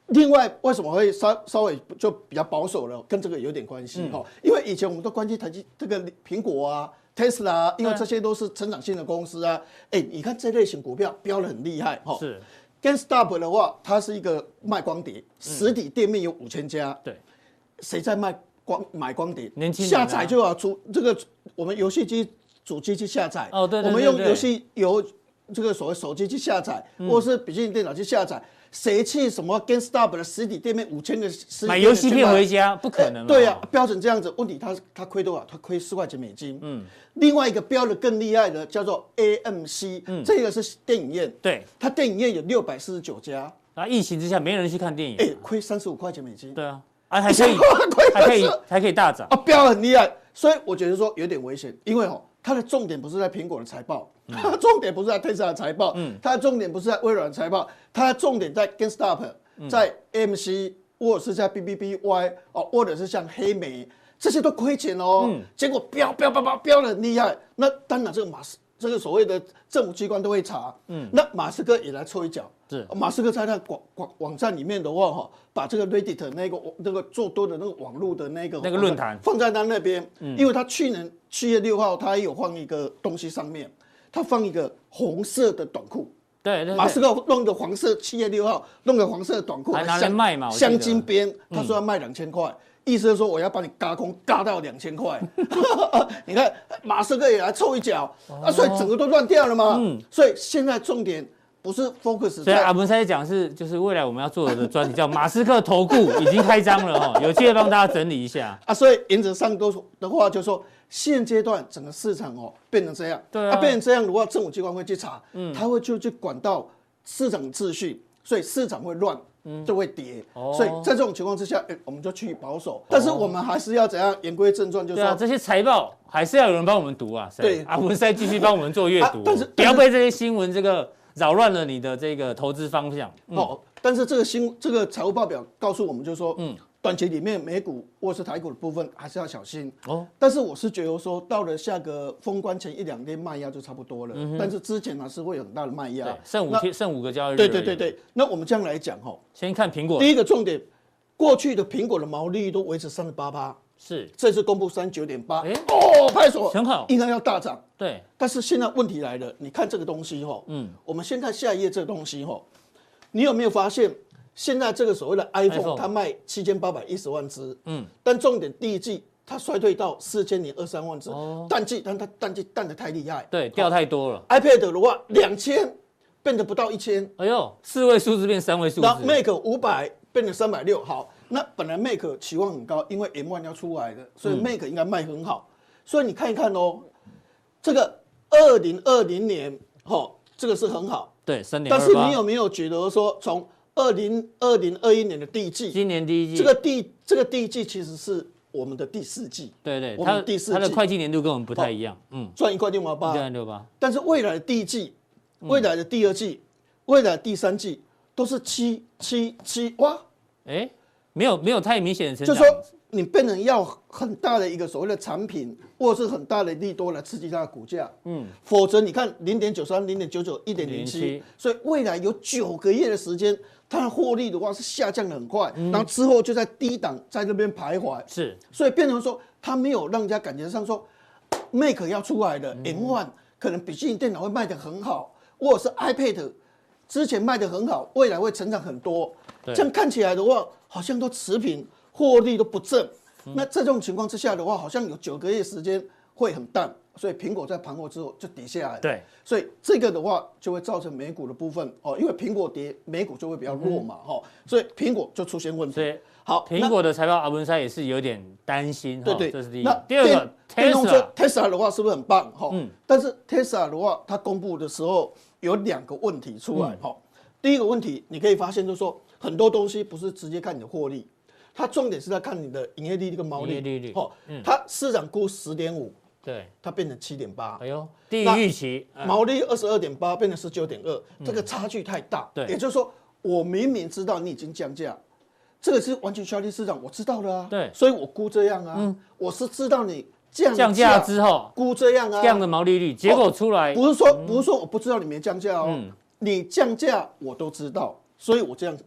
另外，为什么会稍稍微就比较保守了？跟这个有点关系哈、嗯，因为以前我们都关心台积这个苹果啊、Tesla 啊，因为这些都是成长性的公司啊。哎、欸，你看这类型股票飙得很厉害哈。 是 GameStop 的话，它是一个卖光碟，实体店面有五千家。 对， 谁在卖光买光碟？ 年轻人、 啊、下载就要主这个我们游戏机主机去下载。 哦，对对对对， 我们用游戏有这个所谓手机去下载，嗯、或者是笔记本电脑去下载。谁去什么 GameStop 的实体店面五千个实体买游戏片回家？不可能、欸。 对啊，标准这样子，问题他他亏多少？他亏四块钱美金。嗯，另外一个标的更厉害的叫做 A M C，、嗯、这个是电影院。 对， 它电影院有六百四十九家。 啊，疫情之下没人去看电影。 哎、欸，亏三十五块钱美金。 对啊，啊还可以，还可以，还可以大涨啊，标很厉害。所以我觉得说有点危险，因为哦，它的重点不是在苹果的财报。它的重点不是在 Tesla 的财报，嗯，它的重点不是在微软的财报，它的重点在 GameStop，、嗯、在 A M C 或者是在 B B B Y 哦，或者是像黑莓，这些都亏钱哦。嗯、结果飙飙飙飙飙得很厉害，那当然这个马斯这个所谓的政府机关都会查，嗯，那马斯克也来抽一脚。是马斯克在他广广网站里面的话，哈，把这个 Reddit 那个那个做多的那个网络的那个那个论坛放在他那边，嗯、因为他去年七月六号他也有放一个东西上面。他放一个红色的短裤， 对， 对， 对， 马斯克弄个黄色，七月六号弄个黄色的短裤， 还拿来卖嘛， 镶金边，他说要卖两千块，意思是说我要把你嘎空，嘎到两千块。你看马斯克也来凑一脚，哦、啊，所以整个都乱掉了嘛。嗯，所以现在重点不是 focus 在。 所以阿文塞讲是，就是未来我们要做的专题叫马斯克投顾已经开张了哈，有机会帮大家整理一下啊。所以原则上都的话，就说。现阶段整个市场哦变成这样， 对啊， 它变成这样的话，政府机关会去查，嗯，它会就去管到市场秩序，所以市场会乱，嗯，就会跌，哦，所以在这种情况之下，哎，我们就趋于保守，但是我们还是要怎样言归正传，就是说、 啊、这些财报还是要有人帮我们读啊， 对， 阿文塞继续帮我们做阅读，啊、但是不要被这些新闻这个扰乱了你的这个投资方向。 嗯、哦，但是这个新这个财务报表告诉我们，就是说，嗯。短期里面美股或是台股的部分还是要小心哦，但是我是觉得说到了下个封关前一两天卖压就差不多了，嗯、但是之前还是会有很大的卖压， 剩五天剩五个交易日。 对对对对，那我们这样来讲哈， 先看苹果。 第一个重点，过去的苹果的毛利率都维持三十八趴， 是这次公布三十九点八，哦，拍手， 很好， 应该要大涨。 对， 但是现在问题来了，你看这个东西哈，嗯，我们先看下一页这个东西哈，你有没有发现？现在这个所谓的 iPhone， 它卖七千八百一十万只，嗯，但重点第一季它衰退到四千零二三万只，哦，淡季，但它淡季淡得太厉害， 对，掉太多了。 iPad 的话，两千变得不到一千， 哎呦，四位数字变三位数字。 那 Mac 五百变成三百六，好，那本来 Mac 期望很高，因为 M 一 要出来的，所以 Mac 应该卖很好。嗯、所以你看一看哦，这个二零二零年，哈，这个是很好， 对，三点二八。 但是你有没有觉得说从二零二零二一年的第一季， 今年第一季， 这个第这个第一季其实是我们的第四季， 对对， 我们第四季它的会计年度跟我们不太一样，嗯， 赚一块六毛八， 一块六八， 但是未来的第一季、未来的第二季、未来的第三季都是七七七，哇， 哎，没有没有太明显的成长， 就说你变成要很大的一个所谓的产品，或者是很大的利多来刺激它的股价，嗯，否则你看零点九三、零点九九、一点零七，所以未来有九个月的时间。它的获利的话是下降的很快，嗯、然后之后就在低档在那边徘徊， 是， 所以变成说它没有让人家感觉上说 Mac 要出来的 M 一 可能笔记本电脑会卖得很好，或者是 iPad 之前卖得很好，未来会成长很多，这样看起来的话好像都持平，获利都不正。嗯、那在这种情况之下的话，好像有九个月时间会很淡。所以苹果在盘后之后就跌下来， 对， 所以这个的话就会造成美股的部分哦，因为苹果跌，美股就会比较弱嘛，哈、嗯，所以苹果就出现问题。 好，苹果的财报阿文塞也是有点担心， 对对， 这是第一。 那第二个， 电动车 Tesla 的话是不是很棒？哈，嗯，但是 Tesla 的话，它公布的时候有两个问题出来，哈、嗯，第一个问题你可以发现就是说很多东西不是直接看你的获利，它重点是在看你的营业利率跟毛利， 营业利率， 哈，它市场估十点五。 对， 它变成七点八， 哎呦，低于预期， 毛利二十二点八变成十九点二，这个差距太大。对，也就是说，我明明知道你已经降价，这个是完全效率市场，我知道了啊。 对， 所以我估这样啊，嗯、我是知道你降降价之后估这样啊， 这样的毛利率，结果出来、 哦、不是说不是说我不知道你没降价哦，嗯、你降价我都知道，所以我这样估。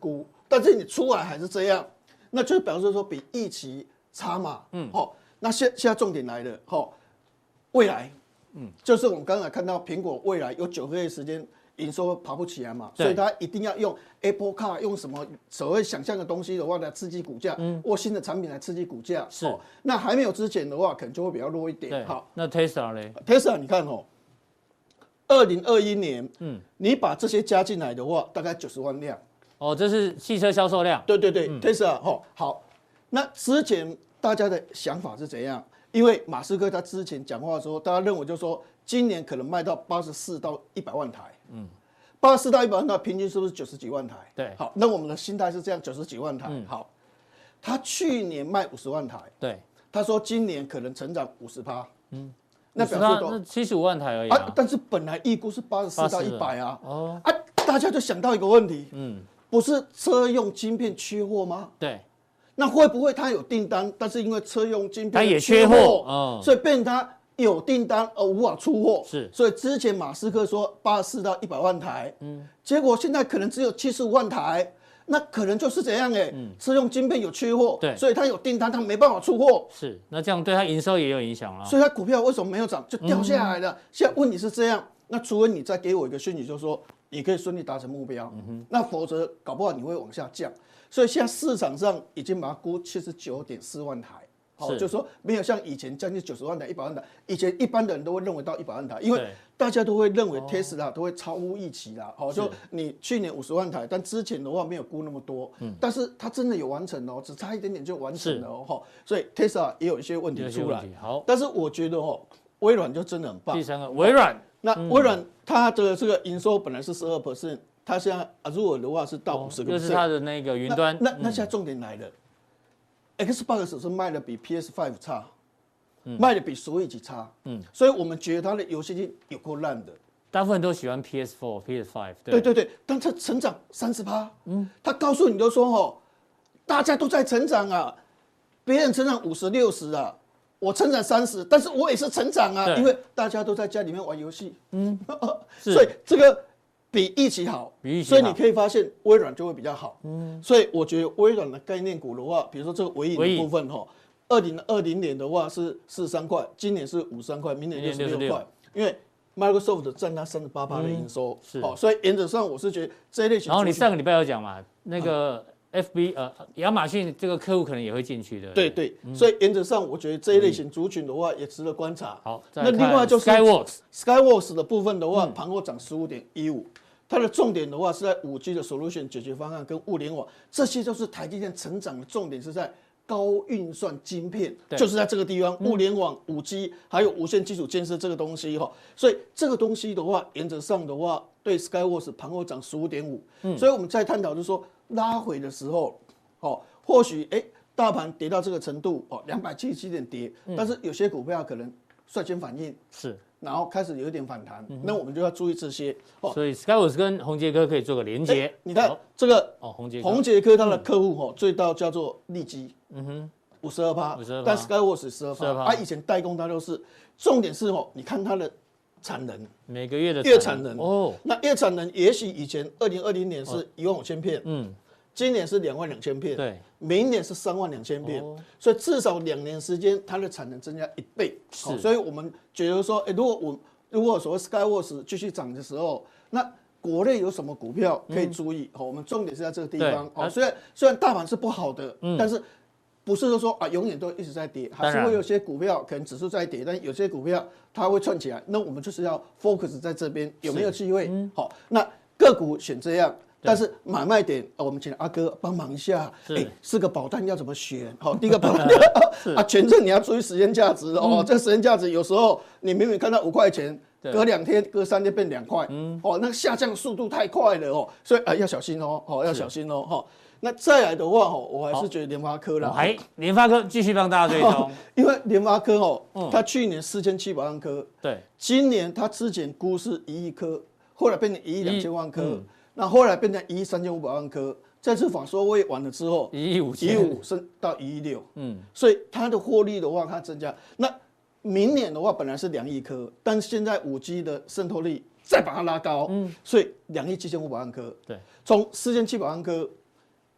但是你出来还是这样，那就表示说比预期差嘛。嗯，好，那现现在重点来了，好，未来，嗯，就是我们刚才看到苹果未来有九个月时间营收爬不起来嘛，所以它一定要用 Apple Car 用什么所谓想象的东西的话来刺激股价，嗯，或新的产品来刺激股价。 是，哦、 那还没有之前的话，可能就会比较弱一点。好， 那 Tesla 嘞 ？Tesla 你看哦。二零二一年，嗯，你把这些加进来的话，大概九十万辆。 哦，这是汽车销售量。 对对对、嗯、，Tesla 哦，好。那之前大家的想法是怎样？因为马斯克他之前讲话的时候，大家认为就是说今年可能卖到八十四到一百万台。嗯，八十四到一百万台，平均是不是九十几万台？ 对。 好，那我们的心态是这样，九十几万台。嗯、好，他去年卖五十万台。 对。他说今年可能成长五十趴。嗯。 那表示都七十五万台而已 啊, 啊，但是本来预估是八十四到一百啊，哦，啊，大家就想到一个问题，嗯，不是车用晶片缺货吗？ 对， 那会不会他有订单，但是因为车用晶片他也缺货，哦， 所以变成他有订单而无法出货， 是， 所以之前马斯克说八十四到一百万台，嗯，结果现在可能只有七十五万台。那可能就是怎样哎、欸，嗯、车用晶片有缺货， 对， 所以他有订单，他没办法出货。 是，那这样对他营收也有影响了。 所以他股票为什么没有涨，就掉下来了。嗯、现在问题是这样，那除非你再给我一个讯息，就是说你可以顺利达成目标，嗯、那否则搞不好你会往下降。所以现在市场上已经把它估七十九点四万台。好，就是说没有像以前将近九十万台、一百万台，以前一般的人都会认为到一百万台，因为大家都会认为 Tesla 都会超乎预期啦。好，就你去年五十万台，但之前的话没有估那么多，嗯，但是它真的有完成哦，只差一点点就完成了哦。哈，所以 Tesla 也有一些问题出来。 好， 但是我觉得哦，微软就真的很棒。 第三个，微软， 那微软它的这个营收本来是十二 percent， 它现在 Azure 的话是到五十个 percent， 就是它的那个云端。 那那现在重点来了。Xbox 是卖的比 P S 五 差，嗯、卖的比 Switch 差，嗯，所以我们觉得它的游戏机有够烂的。 大部分都喜欢 P S 四、P S 五， 对对对，但它成长三十趴，嗯，他告诉你就说哦，大家都在成长啊，别人成长五十六十啊，我成长三十，但是我也是成长啊，因为大家都在家里面玩游戏，嗯，所以这个。比预期好，所以你可以发现微软就会比较好。嗯，所以我觉得微软的概念股的话，比如说这个微影的部分哈，二零二零年的话是四十三块，今年是五十三块，明年六十六块，因为 Microsoft 占它三十八趴的营收，是，好，所以原则上我是觉得这一类型。 然后你上个礼拜有讲嘛，那个 F B 呃亚马逊这个客户可能也会进去的。 对对，所以原则上我觉得这一类型族群的话也值得观察。 好， 那另外就是 Skyworks Skyworks 的部分的话，盘后涨十五点一五。它的重点的话是在五 G 的 solution 解决方案跟物联网，这些都是台积电成长的重点，是在高运算晶片，就是在这个地方，物联网、五 G 还有无线基础建设这个东西哈。所以这个东西的话，原则上的话，对 Skyworks 盘后涨十五点五。所以我们在探讨就是说拉回的时候，哦，或许哎、欸、大盘跌到这个程度哦，两百七十七点跌，但是有些股票可能率先反应是。 然后开始有一点反弹，嗯、那我们就要注意这些。 哦、所以 Skyworks 跟宏捷科可以做个连接。 你看这个哦，宏捷宏捷科它的客户哦，最大叫做利基，嗯哼，五十二趴，但 Skyworks 十二趴。它以前代工它都是，重点是哦，你看它的产能， 每个月的月产能哦，那月产能也许以前二零二零年是一万五千片，嗯。今年是两万两千片， 对， 明年是三万两千片，哦、所以至少两年时间，它的产能增加一倍。好，所以我们觉得说，欸、如果我如果所谓 Skyworks 继续涨的时候，那国内有什么股票可以注意？好、嗯，我们重点是在这个地方。好，虽然虽然大盘是不好的，嗯、但是不是说啊永远都一直在跌，还是会有些股票可能指数在跌，但有些股票它会串起来。那我们就是要 focus 在这边有没有机会？嗯、好，那个股选这样。但是买卖点，我们请阿哥帮忙一下。哎，四个保单要怎么选？好，第一个保单啊，权证你要注意时间价值哦。这时间价值有时候你明明看到五块钱，隔两天、隔三天变两块，哦，那下降速度太快了哦，所以啊要小心哦，哦要小心哦，哈。那再来的话哦，我还是觉得联发科啦， 还联发科继续帮大家追踪， 因为联发科哦，它去年四千七百万颗， 对， 今年它之前估是一亿颗，后来变成一亿两千万颗。那后来变成一亿三千五百万颗，这次法说会完了之后， 一亿五千， 一亿五升到一亿六，嗯，所以它的获利的话，它增加。那明年的话，本来是两亿颗，但是现在五 G 的渗透率再把它拉高，嗯，所以两亿七千五百万颗， 对， 从四千七百万颗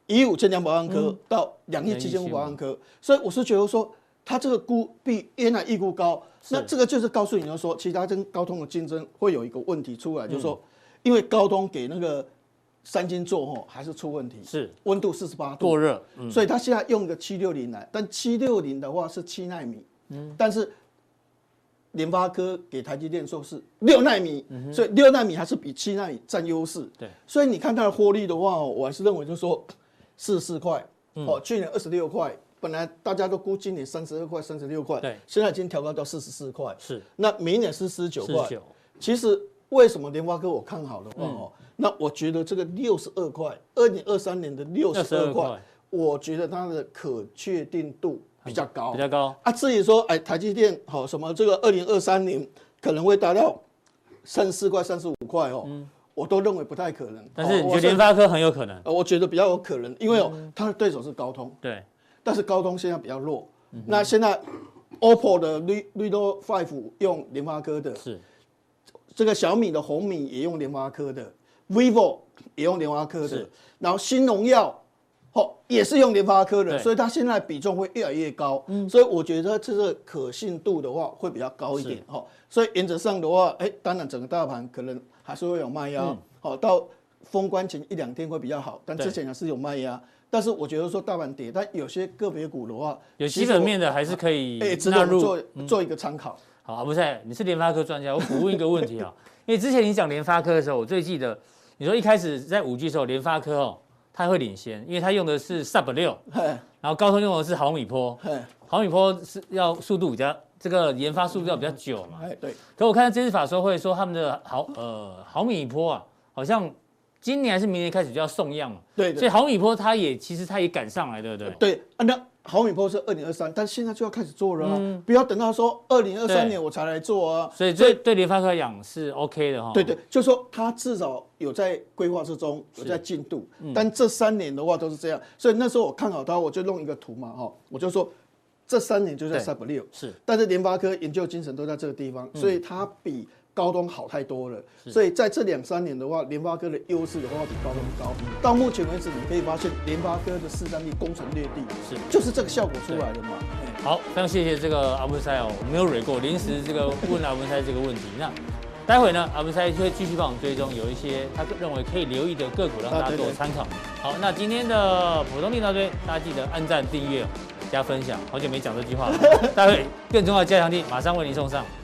一亿五千两百万颗到两亿七千五百万颗，所以我是觉得说，它这个估比原来预估高，那这个就是告诉你说，其他跟高通的竞争会有一个问题出来，就是说，因为高通给那个三星做吼还是出问题， 是温度四十八度过热， 所以它现在用个七六零来，但七六零的话是七纳米，但是联发科给台积电说是六纳米，所以六纳米还是比七纳米占优势。 对， 所以你看它的获利的话，我还是认为就是说四十四块，哦，去年二十六块，本来大家都估今年三十二块、三十六块， 对， 现在已经调高到四十四块， 是， 那明年是四十九块。 四十九， 其实为什么联发科我看好的话哦，那我觉得这个六十二块，二零二三年的六十二块，我觉得它的可确定度比较高， 比较高啊。至于说，哎，台积电好什么这个二零二三年可能会达到三十四块、三十五块哦，我都认为不太可能。 但是你觉得联发科很有可能？ 呃，我觉得比较有可能，因为哦，它的对手是高通， 对， 但是高通现在比较弱。那现在 O P P O 的 Reno 五用联发科的， 是。 这个小米的红米也用联发科的 ，vivo 也用联发科的，然后新荣耀，哦也是用联发科的，所以它现在比重会越来越高，嗯、所以我觉得这个可信度的话会比较高一点，哦，所以原则上的话，哎，当然整个大盘可能还是会有卖压，好、嗯、到封关前一两天会比较好，但之前还是有卖压。但是我觉得说大盘跌，但有些个别股的话， 有基本面的还是可以纳入做做一个参考。 好，阿布赛，你是联发科专家，我补问一个问题啊，因为之前你讲联发科的时候，我最记得你说一开始在五 G 的时候，联发科哦，它会领先，因为它用的是 Sub 六，然后高通用的是毫米波，毫米波是要速度比较，这个研发速度要比较久嘛。 对。 可我看这次法说会说他们的毫呃毫米波啊，好像今年还是明年开始就要送样了。 对。 所以毫米波它也其实它也赶上来，对不对？ 对，那。毫米波是二零二三，但现在就要开始做了啊！嗯、不要等到说二零二三年我才来做啊。 所以对对联发科来讲是 OK 的哈。 对对，就是说它至少有在规划之中，有在进度。嗯、但这三年的话都是这样，所以那时候我看好它，我就弄一个图嘛哈，我就说这三年就在 Sub 六，是。但是联发科研究精神都在这个地方，所以它比高通好太多了。所以在这两三年的话，联发科的优势的话比高通高。到目前为止，你可以发现联发科的市占率攻城略地，是就是这个效果出来的嘛。 好，非常谢谢这个阿文塞哦，我没有蕊过，临时这个问阿文塞这个问题。那待会呢，阿文塞会继续帮我们追踪有一些他认为可以留意的个股，让大家做参考。好，那今天的普通力大堆，大家记得按赞、订阅、加分享。好久没讲这句话了，待会更重要的加强力马上为您送上。